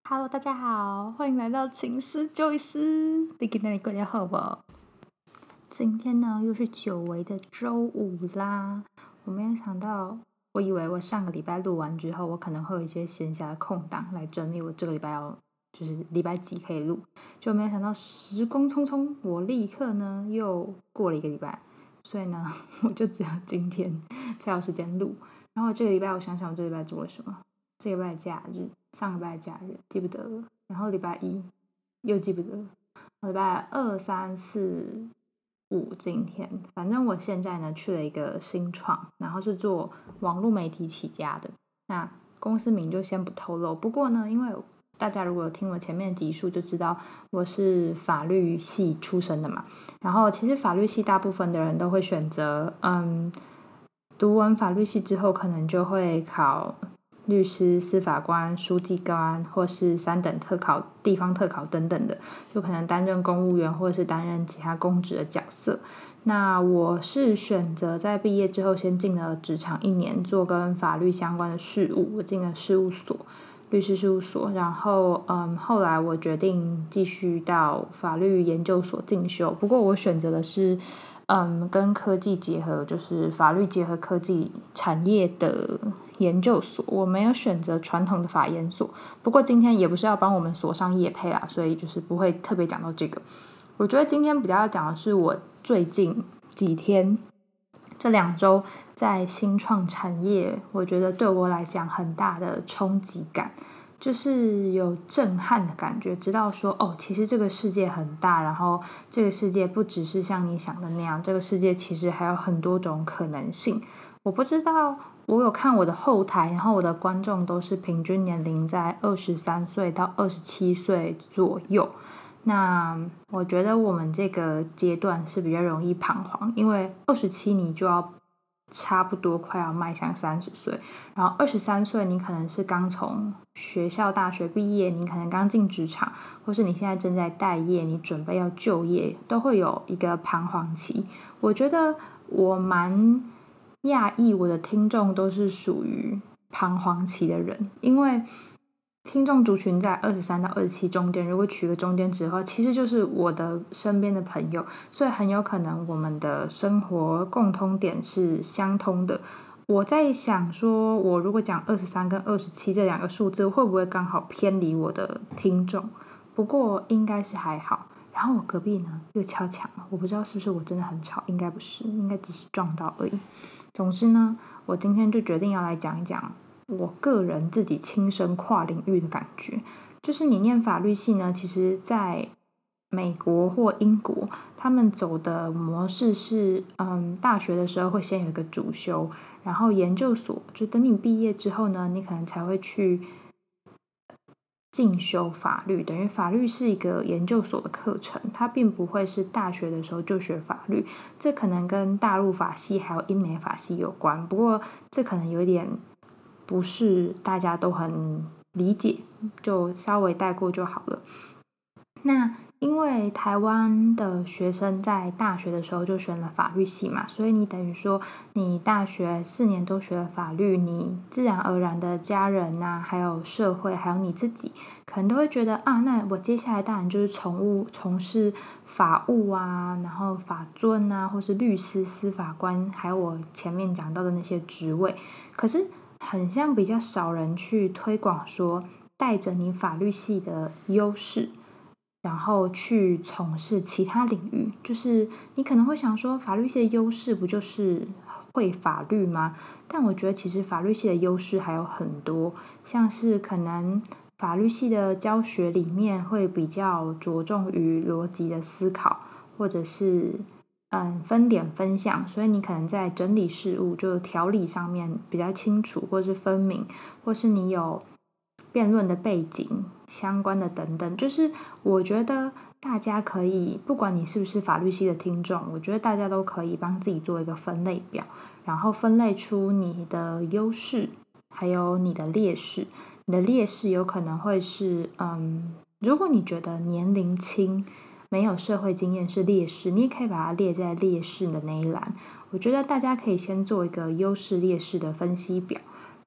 Hello，大家好，欢迎来到情思救一丝。你今天过得好不？今天呢，又是久违的周五啦。我没有想到，我以为我上个礼拜录完之后，我可能会有一些闲暇的空档来整理我这个礼拜就是礼拜几可以录，就没有想到时光匆匆，我立刻呢又过了一个礼拜，所以呢，我就只有今天才有时间录。然后这个礼拜我想想，我这个礼拜做了什么？这个礼拜假日，上个礼拜假日记不得了，然后礼拜一又记不得了，礼拜二、三、四、五今天，反正我现在呢去了一个新创，然后是做网络媒体起家的。那公司名就先不透露，不过呢，因为大家如果有听我前面的集数就知道我是法律系出身的嘛，然后其实法律系大部分的人都会选择，读完法律系之后可能就会考律师、司法官、书记官，或是3等特考、地方特考等等的，就可能担任公务员或是担任其他公职的角色。那我是选择在毕业之后先进了职场1年，做跟法律相关的事务。我进了事务所，律师事务所，然后后来我决定继续到法律研究所进修，不过我选择的是跟科技结合，就是法律结合科技产业的研究所，我没有选择传统的法研所。不过今天也不是要帮我们所上业配啦，所以就是不会特别讲到这个。我觉得今天比较要讲的是我最近几天这2周在新创产业，我觉得对我来讲很大的冲击感，就是有震撼的感觉，知道说其实这个世界很大，然后这个世界不只是像你想的那样，这个世界其实还有很多种可能性。我不知道，我有看我的后台，然后我的观众都是平均年龄在23岁到27岁左右。那我觉得我们这个阶段是比较容易彷徨，因为27你就要差不多快要迈向30岁，然后23岁你可能是刚从学校大学毕业，你可能刚进职场，或是你现在正在待业，你准备要就业，都会有一个彷徨期。我觉得我蛮讶异，我的听众都是属于彷徨期的人，因为听众族群在23到27中间，如果取个中间值的话，其实就是我的身边的朋友，所以很有可能我们的生活共通点是相通的。我在想说，我如果讲23跟27这2个数字，会不会刚好偏离我的听众？不过应该是还好。然后我隔壁呢又敲墙了，我不知道是不是我真的很吵，应该不是，应该只是撞到而已。总之呢，我今天就决定要来讲一讲我个人自己亲身跨领域的感觉。就是你念法律系呢，其实在美国或英国，他们走的模式是，大学的时候会先有一个主修，然后研究所就等你毕业之后呢，你可能才会去进修法律，等于法律是一个研究所的课程，它并不会是大学的时候就学法律。这可能跟大陆法系还有英美法系有关，不过这可能有点不是大家都很理解，就稍微带过就好了。那因为台湾的学生在大学的时候就选了法律系嘛，所以你等于说你大学4年都学了法律，你自然而然的家人啊，还有社会，还有你自己，可能都会觉得那我接下来当然就是从事法务啊，然后法尊啊，或是律师、司法官，还有我前面讲到的那些职位。可是很像比较少人去推广说，带着你法律系的优势，然后去从事其他领域。就是你可能会想说，法律系的优势不就是会法律吗？但我觉得其实法律系的优势还有很多，像是可能法律系的教学里面会比较着重于逻辑的思考，或者是分点分项，所以你可能在整理事务，就条理上面比较清楚，或是分明，或是你有辩论的背景相关的等等。就是我觉得大家可以，不管你是不是法律系的听众，我觉得大家都可以帮自己做一个分类表，然后分类出你的优势还有你的劣势。你的劣势有可能会是如果你觉得年龄轻没有社会经验是劣势，你也可以把它列在劣势的那一栏。我觉得大家可以先做一个优势劣势的分析表，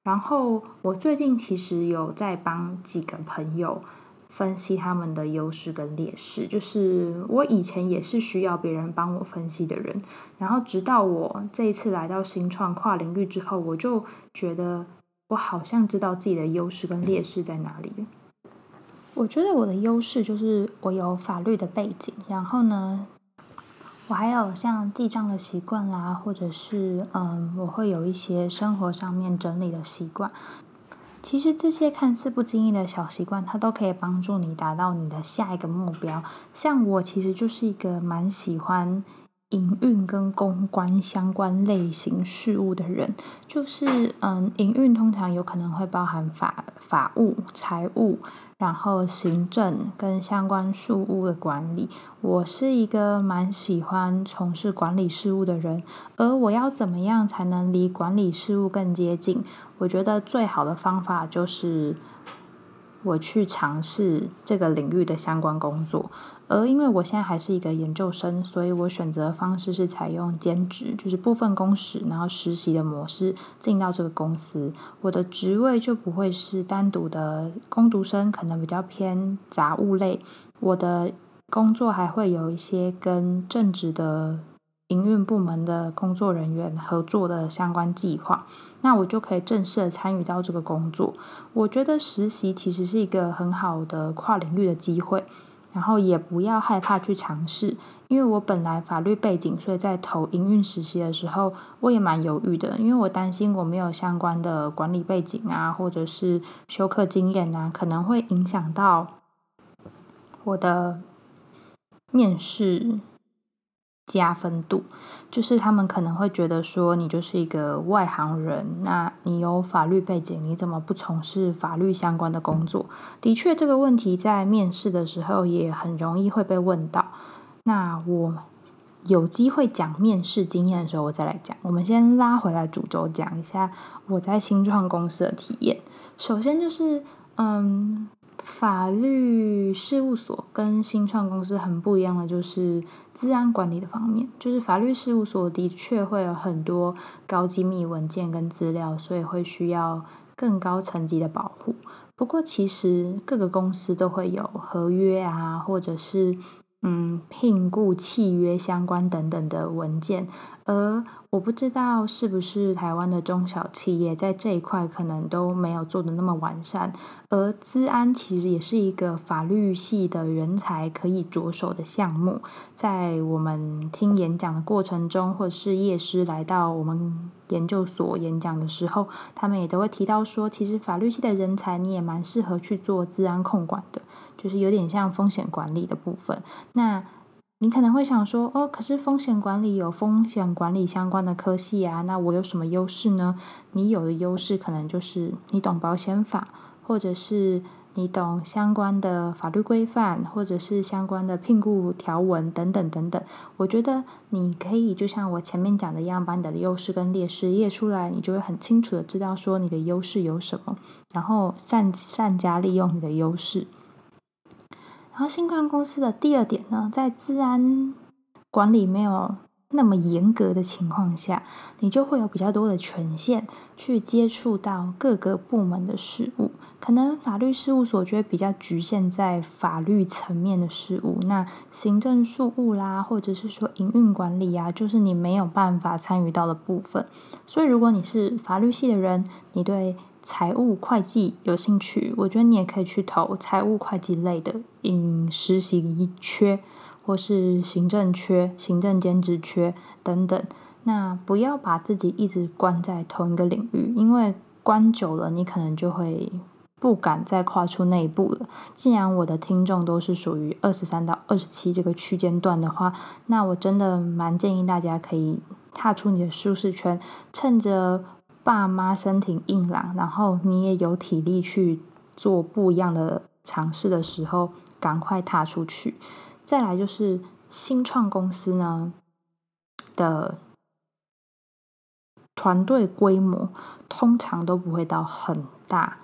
然后我最近其实有在帮几个朋友分析他们的优势跟劣势，就是我以前也是需要别人帮我分析的人，然后直到我这一次来到新创跨领域之后，我就觉得我好像知道自己的优势跟劣势在哪里了。我觉得我的优势就是我有法律的背景，然后呢，我还有像记账的习惯啦，或者是我会有一些生活上面整理的习惯。其实这些看似不经意的小习惯，它都可以帮助你达到你的下一个目标。像我其实就是一个蛮喜欢营运跟公关相关类型事务的人，就是营运通常有可能会包含法务、财务，然后行政跟相关事务的管理。我是一个蛮喜欢从事管理事务的人，而我要怎么样才能离管理事务更接近？我觉得最好的方法就是我去尝试这个领域的相关工作。而因为我现在还是一个研究生，所以我选择的方式是采用兼职，就是部分工时，然后实习的模式进到这个公司。我的职位就不会是单独的工读生，可能比较偏杂物类。我的工作还会有一些跟正职的营运部门的工作人员合作的相关计划，那我就可以正式的参与到这个工作。我觉得实习其实是一个很好的跨领域的机会，然后也不要害怕去尝试。因为我本来法律背景，所以在投营运实习的时候，我也蛮犹豫的，因为我担心我没有相关的管理背景啊，或者是修课经验啊，可能会影响到我的面试加分度，就是他们可能会觉得说你就是一个外行人，那你有法律背景，你怎么不从事法律相关的工作？的确，这个问题在面试的时候也很容易会被问到。那我有机会讲面试经验的时候，我再来讲。我们先拉回来主轴，讲一下我在新创公司的体验。首先就是，法律事务所跟新创公司很不一样的就是资安管理的方面，就是法律事务所的确会有很多高机密文件跟资料，所以会需要更高层级的保护。不过其实各个公司都会有合约啊，或者是聘雇契约相关等等的文件，而我不知道是不是台湾的中小企业在这一块可能都没有做得那么完善，而资安其实也是一个法律系的人才可以着手的项目。在我们听演讲的过程中，或者是业师来到我们研究所演讲的时候，他们也都会提到说，其实法律系的人才你也蛮适合去做资安控管的，就是有点像风险管理的部分。那你可能会想说，哦，可是风险管理有风险管理相关的科系啊，那我有什么优势呢？你有的优势可能就是你懂保险法，或者是你懂相关的法律规范，或者是相关的聘雇条文等等等等。我觉得你可以就像我前面讲的一样，把你的优势跟劣势列出来，你就会很清楚的知道说你的优势有什么，然后善加利用你的优势。然后新创公司的第二点呢，在资安管理没有那么严格的情况下，你就会有比较多的权限去接触到各个部门的事务。可能法律事务所就会比较局限在法律层面的事务，那行政事务啦，或者是说营运管理啊，就是你没有办法参与到的部分。所以如果你是法律系的人，你对财务会计有兴趣，我觉得你也可以去投财务会计类的实习缺，或是行政缺、行政兼职缺等等。那不要把自己一直关在同一个领域，因为关久了，你可能就会不敢再跨出那一步了。既然我的听众都是属于23到27这个区间段的话，那我真的蛮建议大家可以踏出你的舒适圈，趁着爸妈身体硬朗，然后你也有体力去做不一样的尝试的时候，赶快踏出去。再来就是新创公司呢的团队规模通常都不会到很大，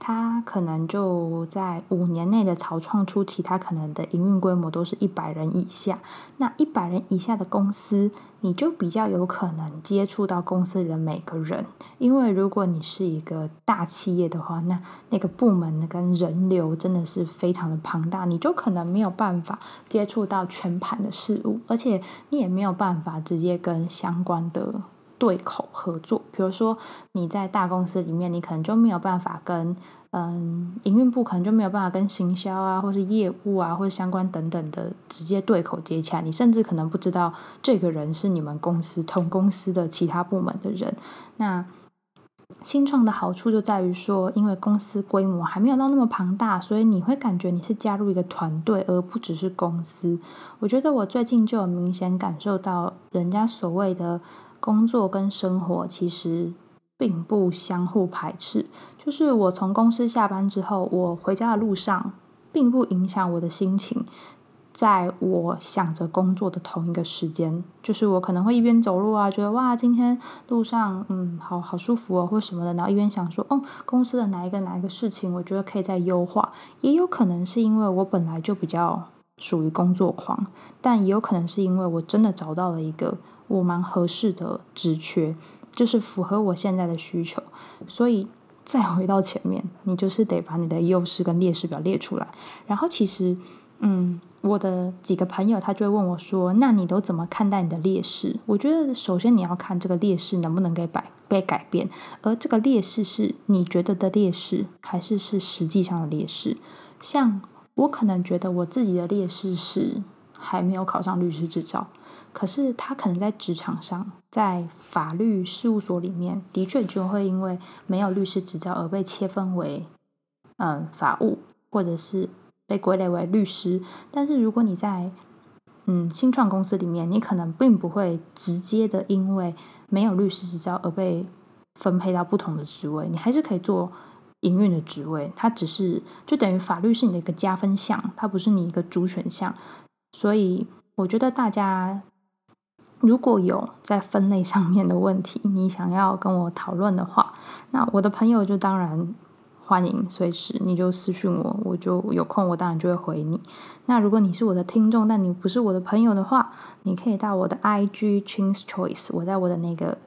他可能就在5年内的草创初期，他可能的营运规模都是100人以下。那100人以下的公司，你就比较有可能接触到公司里的每个人，因为如果你是一个大企业的话，那个部门跟人流真的是非常的庞大，你就可能没有办法接触到全盘的事物，而且你也没有办法直接跟相关的对口合作。比如说你在大公司里面，你可能就没有办法跟营运部可能就没有办法跟行销啊，或是业务啊，或是相关等等的直接对口接洽。你甚至可能不知道这个人是你们公司同公司的其他部门的人。那新创的好处就在于说，因为公司规模还没有到那么庞大，所以你会感觉你是加入一个团队，而不只是公司。我觉得我最近就有明显感受到，人家所谓的工作跟生活其实并不相互排斥。就是我从公司下班之后，我回家的路上并不影响我的心情，在我想着工作的同一个时间，就是我可能会一边走路啊，觉得哇今天路上好舒服哦，或什么的，然后一边想说公司的哪一个事情我觉得可以再优化。也有可能是因为我本来就比较属于工作狂，但也有可能是因为我真的找到了一个我蛮合适的职缺，就是符合我现在的需求。所以再回到前面，你就是得把你的优势跟劣势表列出来。然后其实我的几个朋友他就会问我说，那你都怎么看待你的劣势？我觉得首先你要看这个劣势能不能被改变，而这个劣势是你觉得的劣势，还是实际上的劣势。像我可能觉得我自己的劣势是还没有考上律师执照，可是他可能在职场上，在法律事务所里面，的确就会因为没有律师执照而被切分为法务，或者是被归类为律师。但是如果你在新创公司里面，你可能并不会直接的因为没有律师执照而被分配到不同的职位，你还是可以做营运的职位，它只是就等于法律是你的一个加分项，它不是你一个主选项。所以我觉得大家如果有在分类上面的问题，你想要跟我讨论的话，那我的朋友就当然欢迎，随时你就私讯我，我就有空我当然就会回你。那如果你是我的听众，但你不是我的朋友的话，你可以到我的 IG Chin's Choice， 我在我的那个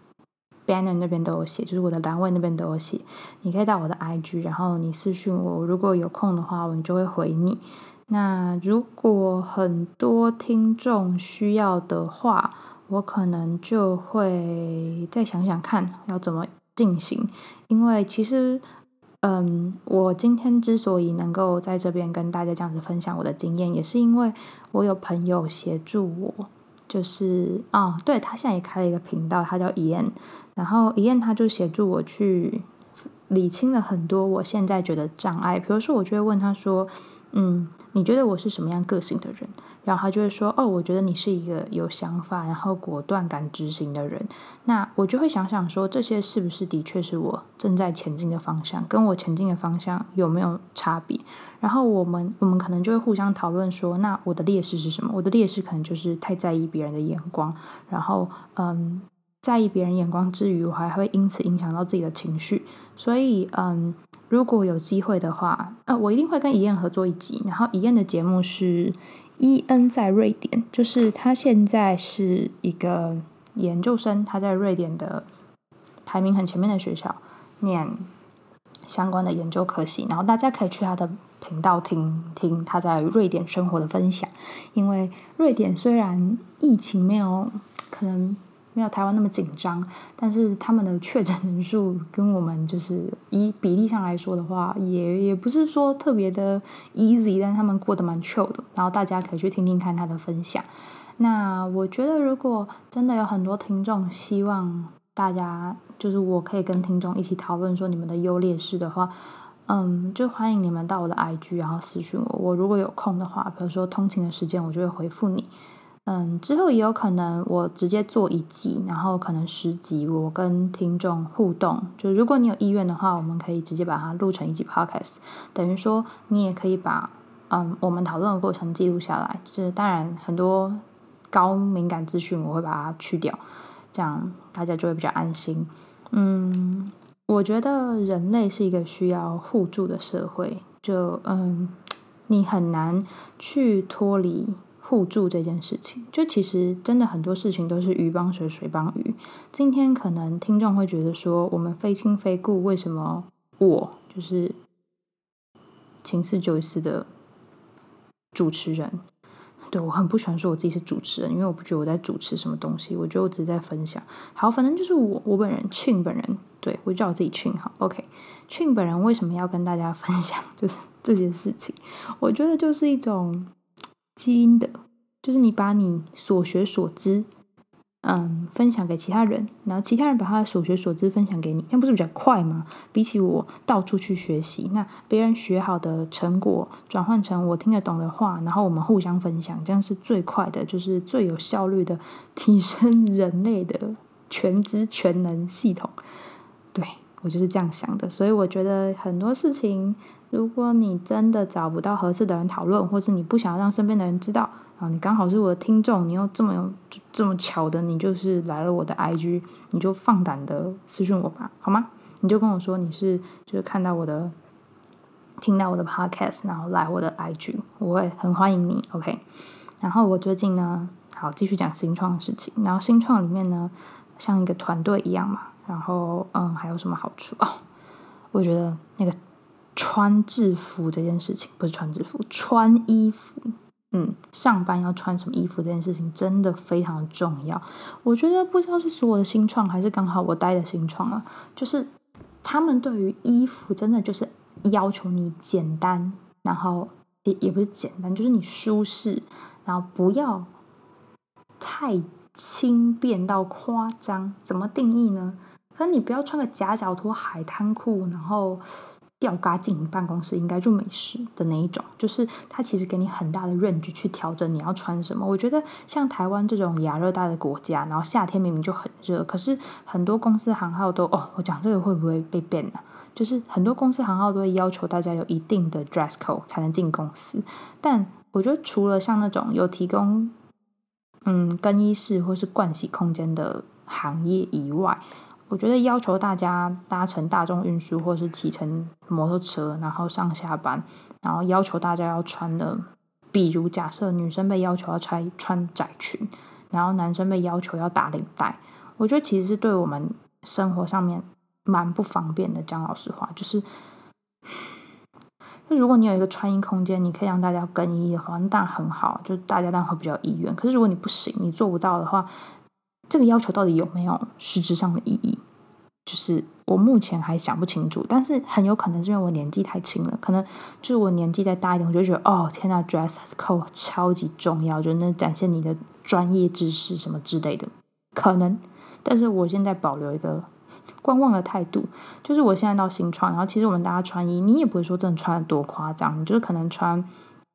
banner 那边都有写，就是我的栏位那边都有写，你可以到我的 IG， 然后你私讯我，如果有空的话我就会回你。那如果很多听众需要的话，我可能就会再想想看要怎么进行。因为其实我今天之所以能够在这边跟大家这样子分享我的经验，也是因为我有朋友协助我，就是对，他现在也开了一个频道，他叫Ian，然后Ian他就协助我去理清了很多我现在觉得障碍。比如说我就会问他说你觉得我是什么样个性的人？然后他就会说我觉得你是一个有想法然后果断敢执行的人。那我就会想想说，这些是不是的确是我正在前进的方向，跟我前进的方向有没有差别。然后我们可能就会互相讨论说，那我的劣势是什么？我的劣势可能就是太在意别人的眼光，然后在意别人眼光之余，我还会因此影响到自己的情绪。所以如果有机会的话，我一定会跟怡燕合作一集。然后怡燕的节目是伊恩在瑞典，就是他现在是一个研究生，他在瑞典的排名很前面的学校念相关的研究科系，然后大家可以去他的频道听听他在瑞典生活的分享。因为瑞典虽然疫情可能没有台湾那么紧张，但是他们的确诊人数跟我们就是以比例上来说的话，也不是说特别的 easy， 但他们过得蛮 chill 的。然后大家可以去听听看他的分享。那我觉得如果真的有很多听众希望大家就是我可以跟听众一起讨论说你们的优劣势的话，就欢迎你们到我的 IG 然后私讯我，我如果有空的话，比如说通勤的时间我就会回复你。之后也有可能我直接做一集，然后可能10集我跟听众互动，就如果你有意愿的话，我们可以直接把它录成一集 podcast， 等于说你也可以把我们讨论的过程记录下来。就是当然很多高敏感资讯我会把它去掉，这样大家就会比较安心。 我觉得人类是一个需要互助的社会，你很难去脱离互助这件事情。就其实真的很多事情都是鱼帮水，水帮鱼。今天可能听众会觉得说，我们非亲非故，为什么我就是情似九一四的主持人？对，我很不喜欢说我自己是主持人，因为我不觉得我在主持什么东西，我觉得我只是在分享。好，反正就是我本人Chin本人，对，我就叫我自己Chin好 ，OK。Chin本人为什么要跟大家分享就是这些事情？我觉得就是一种基因的，就是你把你所学所知，分享给其他人，然后其他人把他的所学所知分享给你，这样不是比较快吗？比起我到处去学习，那别人学好的成果转换成我听得懂的话，然后我们互相分享，这样是最快的，就是最有效率的提升人类的全知全能系统。对，我就是这样想的，所以我觉得很多事情，如果你真的找不到合适的人讨论，或是你不想要让身边的人知道，然后你刚好是我的听众，你又这么巧的，你就是来了我的 IG， 你就放胆的私讯我吧，好吗？你就跟我说你是就是听到我的 podcast， 然后来我的 IG， 我会很欢迎你 ，OK。然后我最近呢，好继续讲新创的事情，然后新创里面呢，像一个团队一样嘛。然后，还有什么好处哦？我觉得那个穿制服这件事情，不是穿制服，穿衣服，上班要穿什么衣服这件事情真的非常的重要。我觉得不知道是所有的新创，还是刚好我待的新创啊，就是他们对于衣服真的就是要求你简单，然后也不是简单，就是你舒适，然后不要太轻便到夸张。怎么定义呢？可是你不要穿个夹脚拖、海滩裤，然后吊嘎进你办公室，应该就没事的那一种。就是它其实给你很大的 range 去调整你要穿什么。我觉得像台湾这种亚热带的国家，然后夏天明明就很热，可是很多公司行号都我讲这个会不会被 ban 啊？就是很多公司行号都会要求大家有一定的 dress code 才能进公司。但我觉得除了像那种有提供更衣室或是盥洗空间的行业以外，我觉得要求大家搭乘大众运输或是骑乘摩托车，然后上下班，然后要求大家要穿的，比如假设女生被要求要穿窄裙，然后男生被要求要打领带，我觉得其实是对我们生活上面蛮不方便的。讲老实话，就如果你有一个穿衣空间，你可以让大家更衣的话，那当然很好，就大家当然会比较有意愿。可是如果你不行，你做不到的话，这个要求到底有没有实质上的意义？就是我目前还想不清楚，但是很有可能是因为我年纪太轻了，可能就是我年纪再大一点，我就觉得天哪 ，dress code 超级重要，就那展现你的专业知识什么之类的，可能。但是我现在保留一个观望的态度，就是我现在到新创，然后其实我们大家穿衣，你也不会说真的穿的多夸张，你就是可能穿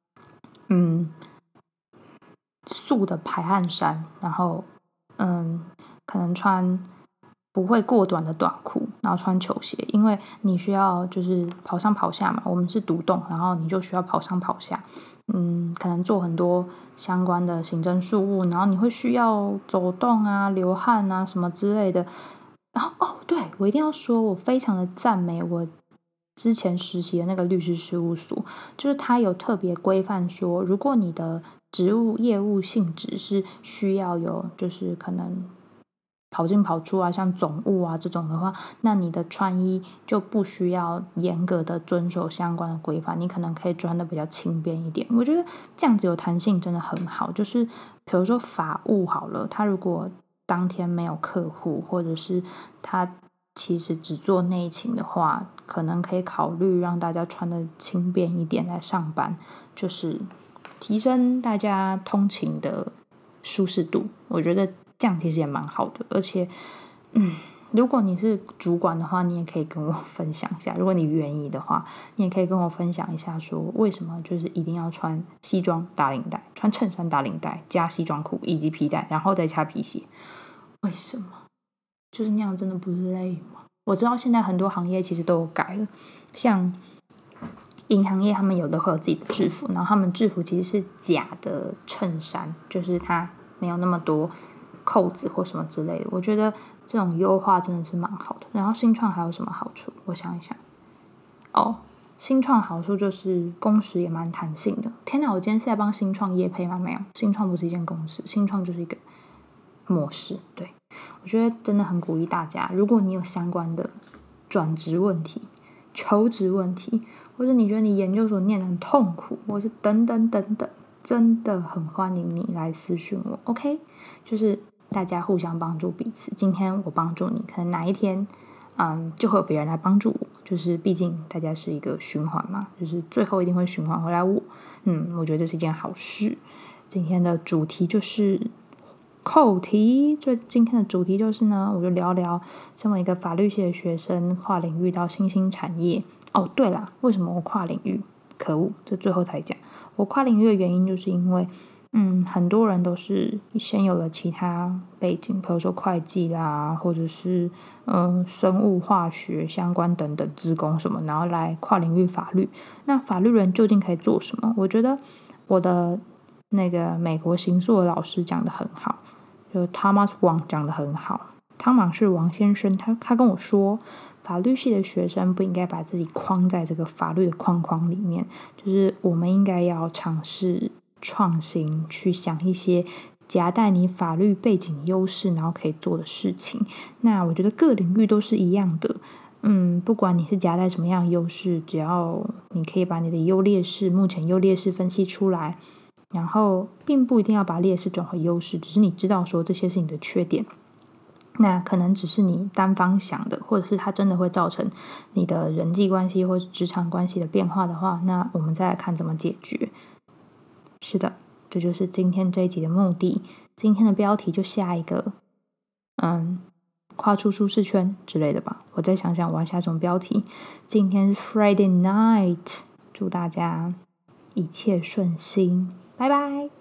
素的排汗衫，然后可能穿不会过短的短裤，然后穿球鞋，因为你需要就是跑上跑下嘛，我们是独栋，然后你就需要跑上跑下，可能做很多相关的行政事务，然后你会需要走动啊、流汗啊什么之类的。然后对，我一定要说，我非常的赞美我之前实习的那个律师事务所，就是他有特别规范说，如果你的职务业务性质是需要有，就是可能跑进跑出啊，像总务啊这种的话，那你的穿衣就不需要严格的遵守相关的规范，你可能可以穿的比较轻便一点。我觉得这样子有弹性真的很好。就是比如说法务好了，他如果当天没有客户，或者是他其实只做内勤的话，可能可以考虑让大家穿的轻便一点来上班，就是提升大家通勤的舒适度。我觉得这样其实也蛮好的。而且如果你是主管的话，你也可以跟我分享一下，如果你愿意的话，你也可以跟我分享一下说为什么就是一定要穿西装打领带，穿衬衫打领带加西装裤以及皮带，然后再加皮鞋，为什么？就是那样真的不是累吗？我知道现在很多行业其实都有改了，像银行业他们有的会有自己的制服，然后他们制服其实是假的衬衫，就是它没有那么多扣子或什么之类的。我觉得这种优化真的是蛮好的。 然后新创还有什么好处？我想一想。新创好处就是工时也蛮弹性的。天哪，我今天是在帮新创业配吗？没有，新创不是一间公司，新创就是一个模式。对，我觉得真的很鼓励大家，如果你有相关的转职问题、求职问题，或者你觉得你研究所念得很痛苦，或是等等等等，真的很欢迎你来私讯我。OK， 就是大家互相帮助彼此。今天我帮助你，可能哪一天就会有别人来帮助我，就是毕竟大家是一个循环嘛，就是最后一定会循环回来我觉得这是一件好事。今天的主题就是扣题，今天的主题就是呢，我就聊聊身为一个法律系的学生跨领域到新兴产业。对啦，为什么我跨领域？可恶，这最后才讲。我跨领域的原因就是因为很多人都是先有了其他背景，比如说会计啦，或者是生物化学相关等等资工什么，然后来跨领域法律。那法律人究竟可以做什么？我觉得我的那个美国刑诉的老师讲得很好，就 Thomas Wang 讲得很好。汤马士王先生他跟我说，法律系的学生不应该把自己框在这个法律的框框里面，就是我们应该要尝试创新，去想一些夹带你法律背景优势然后可以做的事情。那我觉得各领域都是一样的，不管你是夹带什么样的优势，只要你可以把你的目前优劣势分析出来，然后并不一定要把劣势转回优势，只是你知道说这些是你的缺点，那可能只是你单方想的，或者是它真的会造成你的人际关系或职场关系的变化的话，那我们再来看怎么解决。是的，这就是今天这一集的目的。今天的标题就下一个跨出舒适圈之类的吧，我再想想我要下什么标题。今天是 Friday night， 祝大家一切顺心，拜拜。